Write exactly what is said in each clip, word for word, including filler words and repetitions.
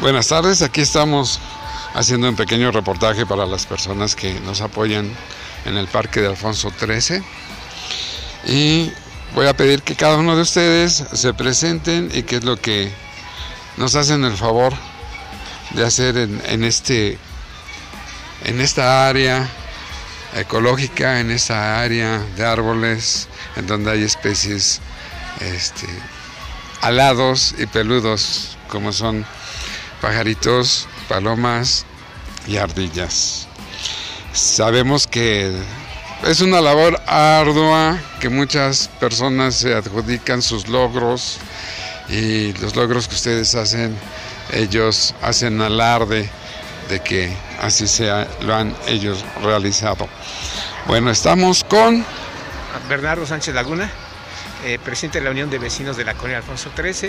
Buenas tardes, aquí estamos haciendo un pequeño reportaje para las personas que nos apoyan en el Parque de Alfonso trece y voy a pedir que cada uno de ustedes se presenten y qué es lo que nos hacen el favor de hacer en, en, este, en esta área ecológica, en esta área de árboles, en donde hay especies este, alados y peludos, como son pajaritos, palomas y ardillas. Sabemos que es una labor ardua, que muchas personas se adjudican sus logros, y los logros que ustedes hacen, ellos hacen alarde de que así sea, lo han ellos realizado. Bueno, estamos con Bernardo Sánchez Laguna, eh, presidente de la Unión de Vecinos de la Colonia Alfonso trece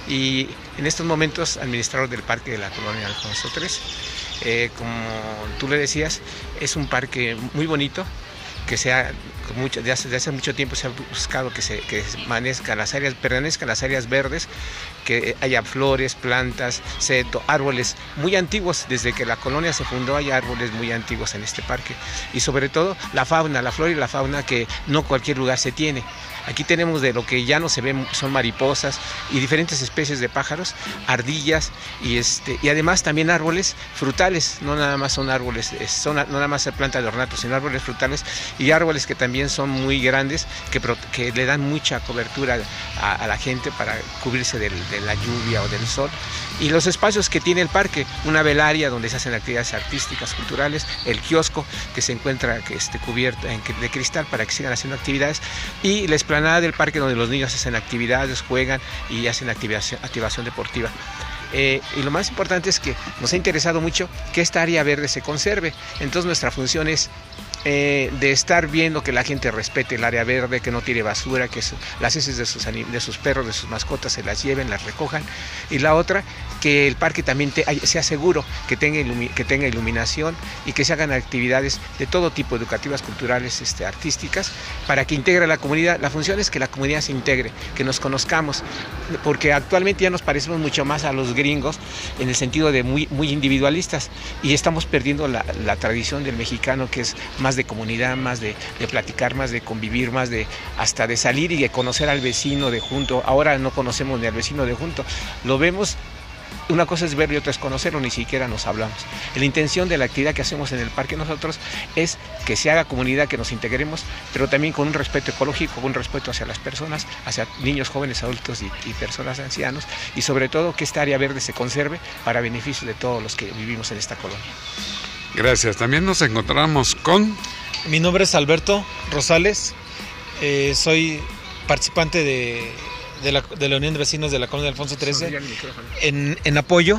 y en estos momentos administrador del Parque de la Colonia Alfonso trece. Eh, como tú le decías, es un parque muy bonito, que sea mucho, de hace, de hace mucho tiempo se ha buscado que se que permanezcan las áreas, permanezcan las áreas verdes, que haya flores, plantas, seto, árboles muy antiguos. Desde que la colonia se fundó hay árboles muy antiguos en este parque, y sobre todo la fauna, la flora y la fauna que no cualquier lugar se tiene. Aquí tenemos de lo que ya no se ven, son mariposas y diferentes especies de pájaros, ardillas y este y además también árboles frutales. No nada más son árboles, son no nada más plantas de ornato, sino árboles frutales y árboles que también son muy grandes, que, que le dan mucha cobertura a, a la gente para cubrirse del, de la lluvia o del sol. Y los espacios que tiene el parque, una velaria donde se hacen actividades artísticas, culturales, el kiosco que se encuentra que esté cubierto en, de cristal para que sigan haciendo actividades, y la explanada del parque donde los niños hacen actividades, juegan y hacen activación, activación deportiva. Eh, y lo más importante es que nos ha interesado mucho que esta área verde se conserve. Entonces nuestra función es Eh, de estar viendo que la gente respete el área verde, que no tire basura, que su, las heces de sus, de sus perros, de sus mascotas se las lleven, las recojan. Y la otra, que el parque también te, sea seguro, que tenga, ilumi, que tenga iluminación y que se hagan actividades de todo tipo, educativas, culturales, este, artísticas, para que integre a la comunidad. La función es que la comunidad se integre, que nos conozcamos, porque actualmente ya nos parecemos mucho más a los gringos en el sentido de muy, muy individualistas, y estamos perdiendo la, la tradición del mexicano, que es más de comunidad, más de, de platicar, más de convivir, más de hasta de salir y de conocer al vecino de junto. Ahora no conocemos ni al vecino de junto, lo vemos. Una cosa es verlo y otra es conocerlo, ni siquiera nos hablamos. La intención de la actividad que hacemos en el parque nosotros es que se haga comunidad, que nos integremos, pero también con un respeto ecológico, con un respeto hacia las personas, hacia niños, jóvenes, adultos y, y personas ancianos, y sobre todo que esta área verde se conserve para beneficio de todos los que vivimos en esta colonia. Gracias. También nos encontramos con... Mi nombre es Alberto Rosales, eh, soy participante de, de, la, de la Unión de Vecinos de la Colonia Alfonso trece en, en apoyo,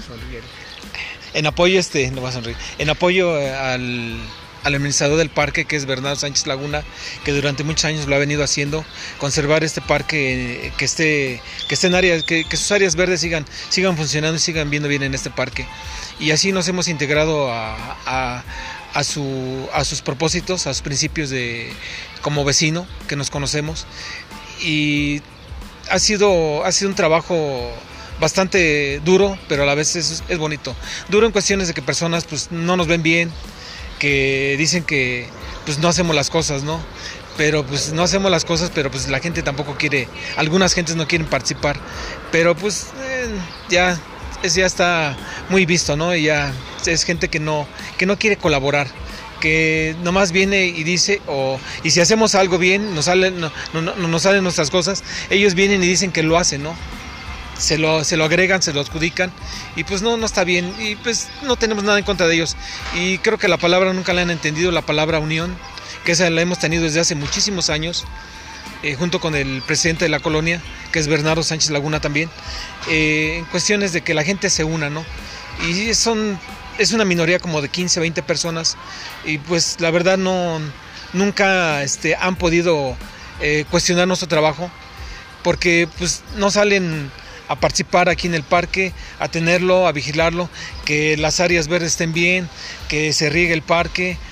en apoyo este, no va a sonreír, en apoyo al, al administrador del parque, que es Bernardo Sánchez Laguna, que durante muchos años lo ha venido haciendo, conservar este parque, que esté, que esté en áreas, que, que sus áreas verdes sigan, sigan funcionando y sigan viendo bien en este parque. Y así nos hemos integrado a, a, a, su, a sus propósitos, a sus principios de, como vecino, que nos conocemos. Y ha sido, ha sido un trabajo bastante duro, pero a la vez es, es bonito. Duro en cuestiones de que personas pues, no nos ven bien, que dicen que pues, no hacemos las cosas, ¿no? Pero pues no hacemos las cosas, pero pues la gente tampoco quiere, algunas gentes no quieren participar, pero pues eh, ya... ya está muy visto, ¿no? Y ya es gente que no, que no quiere colaborar, que nomás viene y dice, o y si hacemos algo bien, nos salen, no, no, no nos salen nuestras cosas, ellos vienen y dicen que lo hacen, ¿no? Se lo, se lo agregan, se lo adjudican, y pues no, no está bien, y pues no tenemos nada en contra de ellos. Y creo que la palabra nunca la han entendido, la palabra unión, que esa la hemos tenido desde hace muchísimos años. Eh, junto con el presidente de la colonia, que es Bernardo Sánchez Laguna también, eh, en cuestiones de que la gente se una, ¿no? Y son, es una minoría como de quince, veinte personas, y pues la verdad no, nunca este, han podido eh, cuestionar nuestro trabajo, porque pues no salen a participar aquí en el parque, a tenerlo, a vigilarlo, que las áreas verdes estén bien, que se riegue el parque,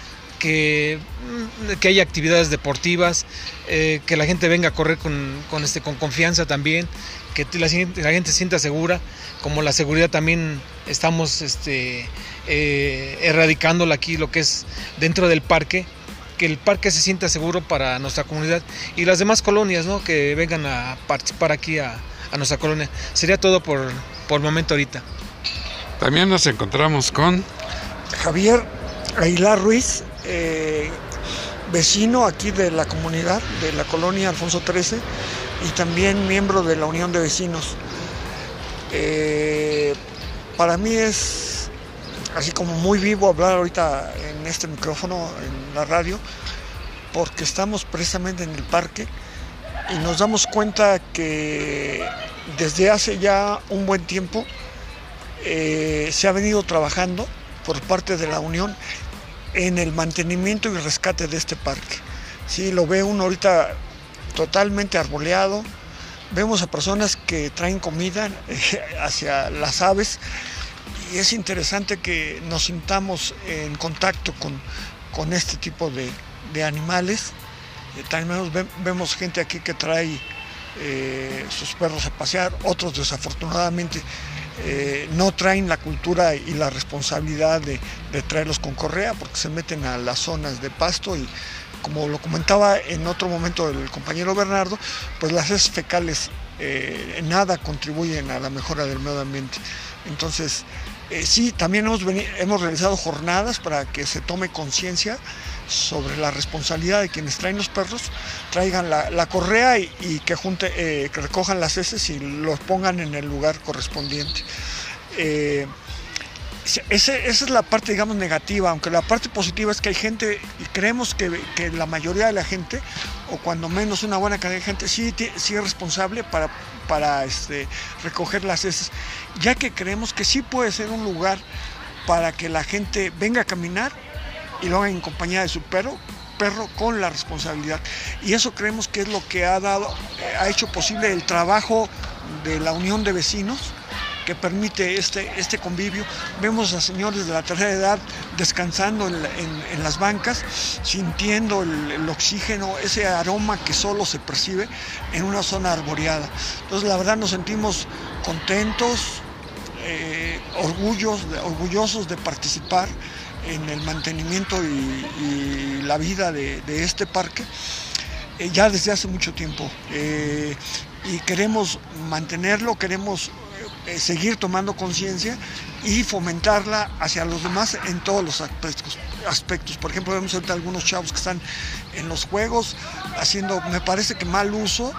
que, que haya actividades deportivas, eh, que la gente venga a correr con, con, este, con confianza también, que la, la gente se sienta segura, como la seguridad también estamos este, eh, erradicándola aquí, lo que es dentro del parque, que el parque se sienta seguro para nuestra comunidad y las demás colonias, ¿no?, que vengan a participar aquí a, a nuestra colonia. Sería todo por, por el momento ahorita. También nos encontramos con Javier Aguilar Ruiz, eh, vecino aquí de la comunidad de la colonia Alfonso trece y también miembro de la Unión de Vecinos. Eh, para mí es así como muy vivo hablar ahorita en este micrófono, en la radio, porque estamos precisamente en el parque y nos damos cuenta que desde hace ya un buen tiempo eh, se ha venido trabajando por parte de la Unión en el mantenimiento y rescate de este parque. Sí, lo ve uno ahorita totalmente arboleado, vemos a personas que traen comida eh, hacia las aves y es interesante que nos sintamos en contacto con, con este tipo de, de animales. Eh, también ve, vemos gente aquí que trae eh, sus perros a pasear, otros desafortunadamente Eh, no traen la cultura y la responsabilidad de, de traerlos con correa porque se meten a las zonas de pasto y, como lo comentaba en otro momento el compañero Bernardo, pues las heces fecales eh, en nada contribuyen a la mejora del medio ambiente. Entonces eh, sí, también hemos, venido, hemos realizado jornadas para que se tome conciencia sobre la responsabilidad de quienes traen los perros, traigan la, la correa y, y que, junte, eh, que recojan las heces y los pongan en el lugar correspondiente. Eh, ese, esa es la parte, digamos, negativa, aunque la parte positiva es que hay gente, y creemos que, que la mayoría de la gente, o cuando menos una buena cantidad de gente, sí, sí es responsable para, para este, recoger las heces, ya que creemos que sí puede ser un lugar para que la gente venga a caminar y lo hagan en compañía de su perro, perro con la responsabilidad. Y eso creemos que es lo que ha dado, ha hecho posible el trabajo de la Unión de Vecinos, que permite este, este convivio. Vemos a señores de la tercera edad descansando en, en, en las bancas, sintiendo el, el oxígeno, ese aroma que solo se percibe en una zona arboreada. Entonces, la verdad, nos sentimos contentos, eh, orgullos, orgullosos de participar en el mantenimiento y, y la vida de, de este parque eh, ya desde hace mucho tiempo, eh, y queremos mantenerlo, queremos eh, seguir tomando conciencia y fomentarla hacia los demás en todos los aspectos, aspectos. Por ejemplo, vemos ahorita algunos chavos que están en los juegos haciendo, me parece que mal uso.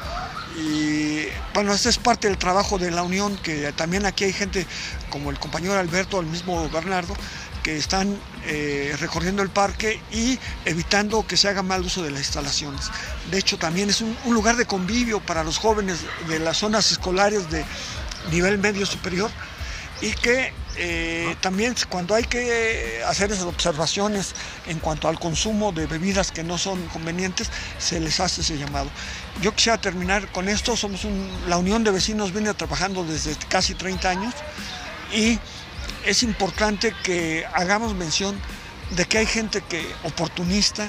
Y bueno, este es parte del trabajo de la Unión, que también aquí hay gente como el compañero Alberto, el mismo Bernardo, que están eh, recorriendo el parque y evitando que se haga mal uso de las instalaciones. De hecho, también es un, un lugar de convivio para los jóvenes de las zonas escolares de nivel medio superior, y que eh, también cuando hay que hacer esas observaciones en cuanto al consumo de bebidas que no son convenientes, se les hace ese llamado. Yo quisiera terminar con esto. Somos un, la Unión de Vecinos viene trabajando desde casi treinta años y es importante que hagamos mención de que hay gente que oportunista,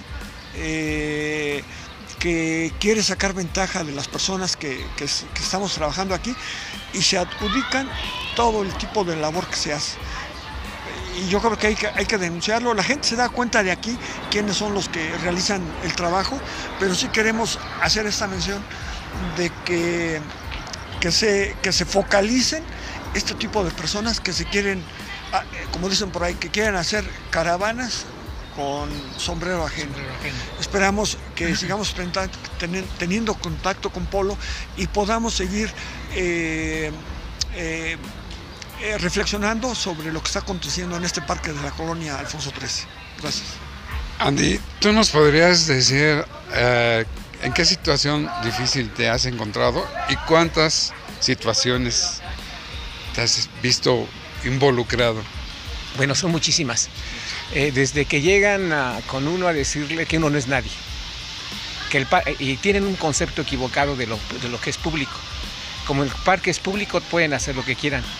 eh, que quiere sacar ventaja de las personas que, que, que estamos trabajando aquí y se adjudican todo el tipo de labor que se hace. Y yo creo que hay, que hay que denunciarlo. La gente se da cuenta de aquí quiénes son los que realizan el trabajo, pero sí queremos hacer esta mención de que, que, se, que se focalicen este tipo de personas que se quieren, como dicen por ahí, que quieren hacer caravanas con sombrero ajeno. Sombrero ajeno. Esperamos que sigamos teniendo contacto con Polo y podamos seguir eh, eh, eh, reflexionando sobre lo que está aconteciendo en este parque de la colonia Alfonso trece. Gracias. Andy, ¿tú nos podrías decir eh, en qué situación difícil te has encontrado y cuántas situaciones te has visto involucrado? Bueno, son muchísimas. Eh, desde que llegan a, con uno a decirle que uno no es nadie, que el y tienen un concepto equivocado de lo, de lo que es público. Como el parque es público, pueden hacer lo que quieran.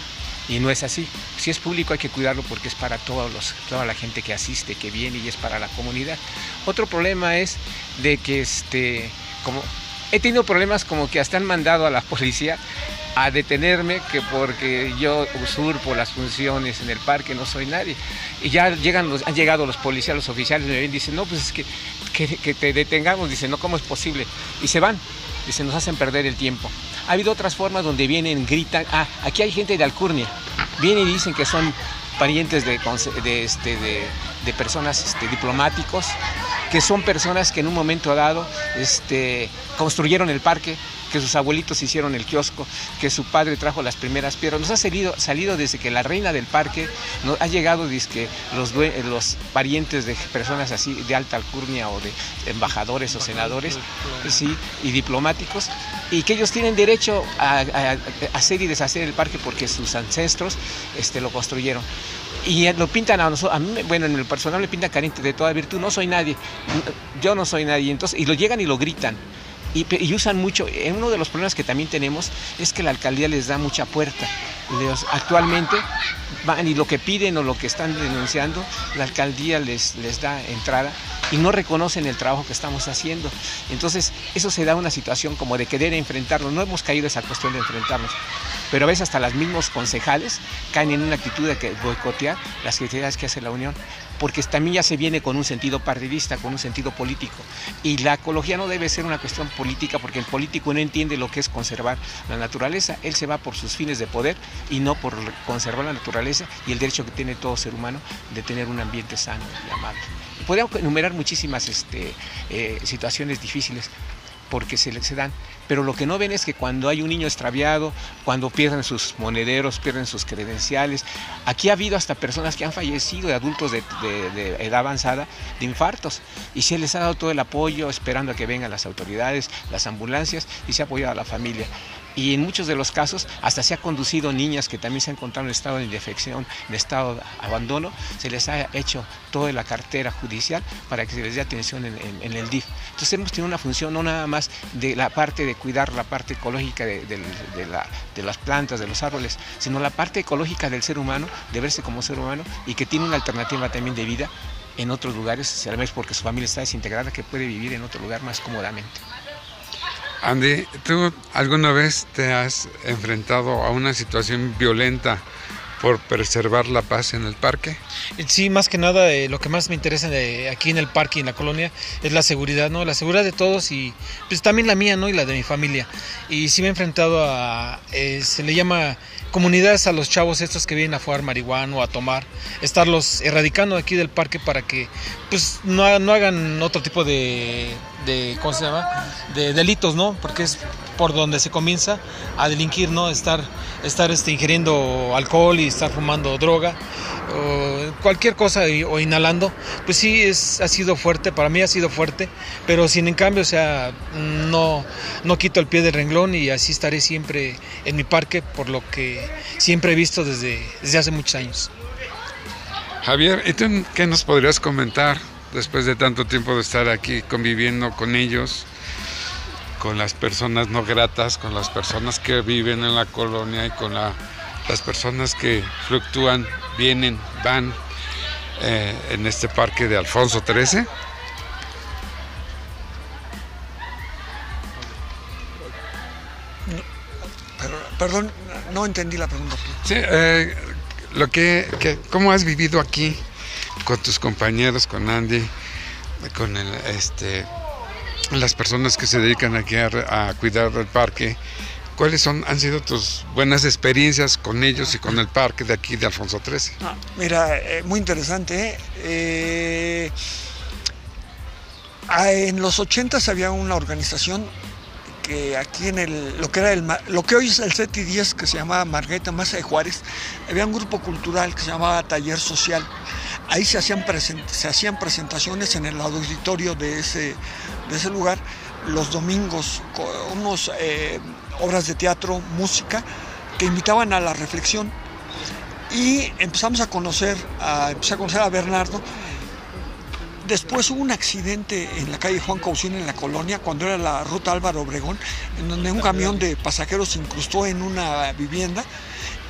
y no es así. Si es público hay que cuidarlo porque es para todos los, toda la gente que asiste, que viene, y es para la comunidad. Otro problema es de que este, como he tenido problemas como que hasta han mandado a la policía a detenerme, que porque yo usurpo las funciones en el parque, no soy nadie. Y ya llegan los, han llegado los policías, los oficiales, me ven y dicen, no, pues es que, que, que te detengamos. Dicen, no, ¿cómo es posible? Y se van, dicen, nos hacen perder el tiempo. Ha habido otras formas donde vienen, gritan, ah, aquí hay gente de Alcurnia, vienen y dicen que son parientes de, de, este, de, de personas este, diplomáticos, que son personas que en un momento dado este, construyeron el parque, que sus abuelitos hicieron el kiosco, que su padre trajo las primeras piedras. Nos ha salido, salido desde que la reina del parque nos ha llegado, dizque los, los parientes de personas así de alta alcurnia o de embajadores o senadores, sí, y diplomáticos, y que ellos tienen derecho a, a, a hacer y deshacer el parque porque sus ancestros este, lo construyeron. Y lo pintan a nosotros, a mí, bueno, en el personal me pintan carente de toda virtud, no soy nadie, yo no soy nadie, entonces, y lo llegan y lo gritan. Y, y usan mucho. Uno de los problemas que también tenemos es que la alcaldía les da mucha puerta. Les, actualmente van y lo que piden o lo que están denunciando, la alcaldía les, les da entrada y no reconocen el trabajo que estamos haciendo. Entonces eso se da una situación como de querer enfrentarnos. No hemos caído en esa cuestión de enfrentarnos, pero a veces hasta los mismos concejales caen en una actitud de que boicotear las actividades que hace la Unión, porque también ya se viene con un sentido partidista, con un sentido político. Y la ecología no debe ser una cuestión política, porque el político no entiende lo que es conservar la naturaleza. Él se va por sus fines de poder y no por conservar la naturaleza y el derecho que tiene todo ser humano de tener un ambiente sano y amable. Podríamos enumerar muchísimas este, eh, situaciones difíciles porque se, se dan, pero lo que no ven es que cuando hay un niño extraviado, cuando pierden sus monederos, pierden sus credenciales, aquí ha habido hasta personas que han fallecido, de adultos de, de, de edad avanzada, de infartos, y se les ha dado todo el apoyo, esperando a que vengan las autoridades, las ambulancias, y se ha apoyado a la familia. Y en muchos de los casos hasta se ha conducido niñas que también se han encontrado en estado de indefección, en estado de abandono, se les ha hecho toda la cartera judicial para que se les dé atención en, en, en el D I F. Entonces hemos tenido una función no nada más de la parte de cuidar la parte ecológica de, de, de, la, de las plantas, de los árboles, sino la parte ecológica del ser humano, de verse como ser humano y que tiene una alternativa también de vida en otros lugares, a veces porque su familia está desintegrada, que puede vivir en otro lugar más cómodamente. Andy, ¿tú alguna vez te has enfrentado a una situación violenta por preservar la paz en el parque? Sí, más que nada, eh, lo que más me interesa de aquí en el parque y en la colonia es la seguridad, ¿no? La seguridad de todos y pues también la mía, ¿no? Y la de mi familia. Y sí me he enfrentado a, eh, se le llama comunidades a los chavos estos que vienen a fumar marihuana o a tomar, estarlos erradicando aquí del parque para que pues no, no hagan otro tipo de, de, ¿cómo se llama? De delitos, ¿no? Porque es por donde se comienza a delinquir, ¿no? Estar, estar este, ingiriendo alcohol y estar fumando droga o cualquier cosa o inhalando, pues sí es, ha sido fuerte, para mí ha sido fuerte, pero sin en cambio, o sea, no, no quito el pie del renglón y así estaré siempre en mi parque, por lo que siempre he visto desde, desde hace muchos años. Javier, ¿y tú qué nos podrías comentar después de tanto tiempo de estar aquí conviviendo con ellos, con las personas no gratas, con las personas que viven en la colonia y con la, las personas que fluctúan, vienen, van eh, en este parque de Alfonso trece? Pero, perdón, no entendí la pregunta. Sí, eh, lo que, que, ¿cómo has vivido aquí con tus compañeros, con Andy, con el, este, las personas que se dedican aquí a, a cuidar del parque? ¿Cuáles son, han sido tus buenas experiencias con ellos y con el parque de aquí de Alfonso trece? Ah, mira, eh, muy interesante. Eh, eh, en los ochentas había una organización que aquí en el, lo que era el, lo que hoy es el C E T I diez, que se llamaba Margarita Maza de Juárez, había un grupo cultural que se llamaba Taller Social. Ahí se hacían, present, se hacían presentaciones en el auditorio de ese, de ese lugar, los domingos, unos eh, obras de teatro, música, que invitaban a la reflexión. Y empezamos a conocer, a, empecé a conocer a Bernardo. Después hubo un accidente en la calle Juan Caucín, en la colonia, cuando era la ruta Álvaro Obregón, en donde un camión de pasajeros se incrustó en una vivienda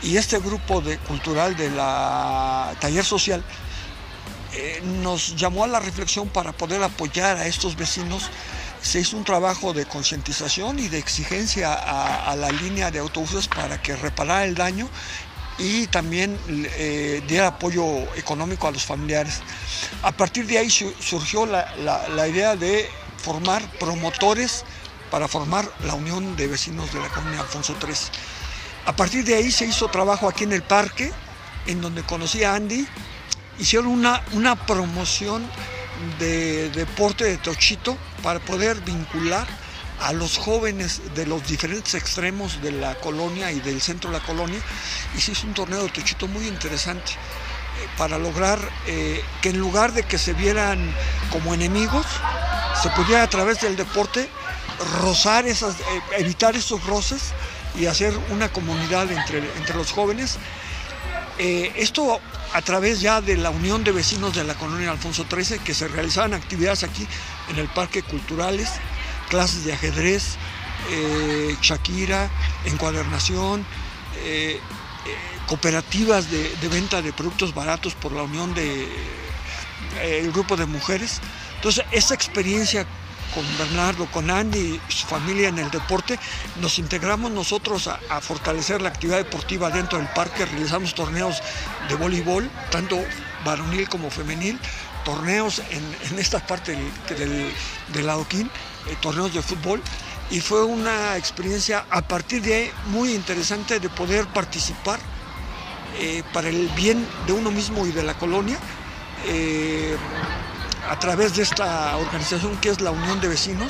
y este grupo de, cultural de la Taller Social eh, nos llamó a la reflexión para poder apoyar a estos vecinos. Se hizo un trabajo de concientización y de exigencia a, a la línea de autobuses para que reparara el daño y también eh, diera apoyo económico a los familiares. A partir de ahí su, surgió la, la, la idea de formar promotores para formar la Unión de Vecinos de la Colonia Alfonso trece. A partir de ahí se hizo trabajo aquí en el parque, en donde conocí a Andy. Hicieron una, una promoción de deporte de tochito para poder vincular a los jóvenes de los diferentes extremos de la colonia y del centro de la colonia, y se hizo un torneo de tochito muy interesante eh, para lograr eh, que en lugar de que se vieran como enemigos, se pudiera a través del deporte rozar esas, eh, evitar esos roces y hacer una comunidad entre, entre los jóvenes. Eh, esto a través ya de la Unión de Vecinos de la Colonia Alfonso trece, que se realizaban actividades aquí en el Parque Culturales, clases de ajedrez, eh, Shakira, encuadernación, eh, eh, cooperativas de, de venta de productos baratos por la Unión de eh, el grupo de mujeres. Entonces, esta experiencia con Bernardo, con Andy y su familia en el deporte, nos integramos nosotros a, a fortalecer la actividad deportiva dentro del parque. Realizamos torneos de voleibol, tanto varonil como femenil, torneos en, en esta parte del, del, del adoquín, eh, torneos de fútbol, y fue una experiencia a partir de ahí muy interesante de poder participar eh, para el bien de uno mismo y de la colonia, eh, a través de esta organización que es la Unión de Vecinos.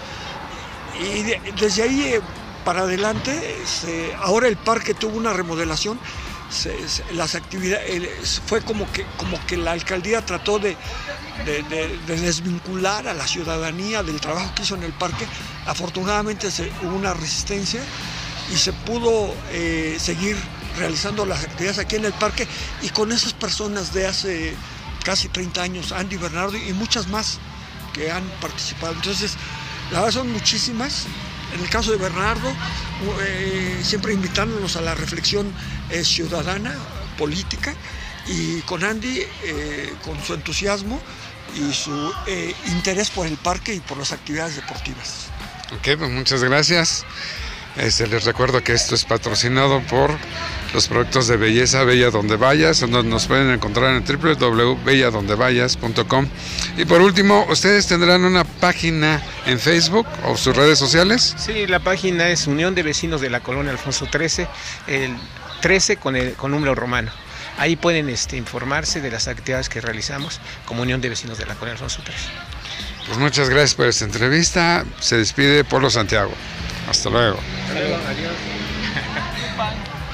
Y de, desde ahí eh, para adelante, se, ahora el parque tuvo una remodelación. Se, se, las actividades, fue como que, como que la alcaldía trató de, de, de, de desvincular a la ciudadanía del trabajo que hizo en el parque. Afortunadamente se, hubo una resistencia y se pudo eh, seguir realizando las actividades aquí en el parque, y con esas personas de hace casi treinta años, Andy, Bernardo y muchas más que han participado. Entonces, la verdad son muchísimas. En el caso de Bernardo, eh, siempre invitándonos a la reflexión eh, ciudadana, política, y con Andy, eh, con su entusiasmo y su eh, interés por el parque y por las actividades deportivas. Ok, pues muchas gracias. Este, les recuerdo que esto es patrocinado por los productos de belleza Bella Donde Vayas, donde nos pueden encontrar en w w w punto bella donde vayas punto com. Y por último, ¿ustedes tendrán una página en Facebook o sus redes sociales? Sí, la página es Unión de Vecinos de la Colonia Alfonso trece, el trece con, el, con número romano. Ahí pueden este, informarse de las actividades que realizamos como Unión de Vecinos de la Colonia Alfonso trece. Pues muchas gracias por esta entrevista. Se despide Polo Santiago. Hasta luego. Hasta luego. Adiós.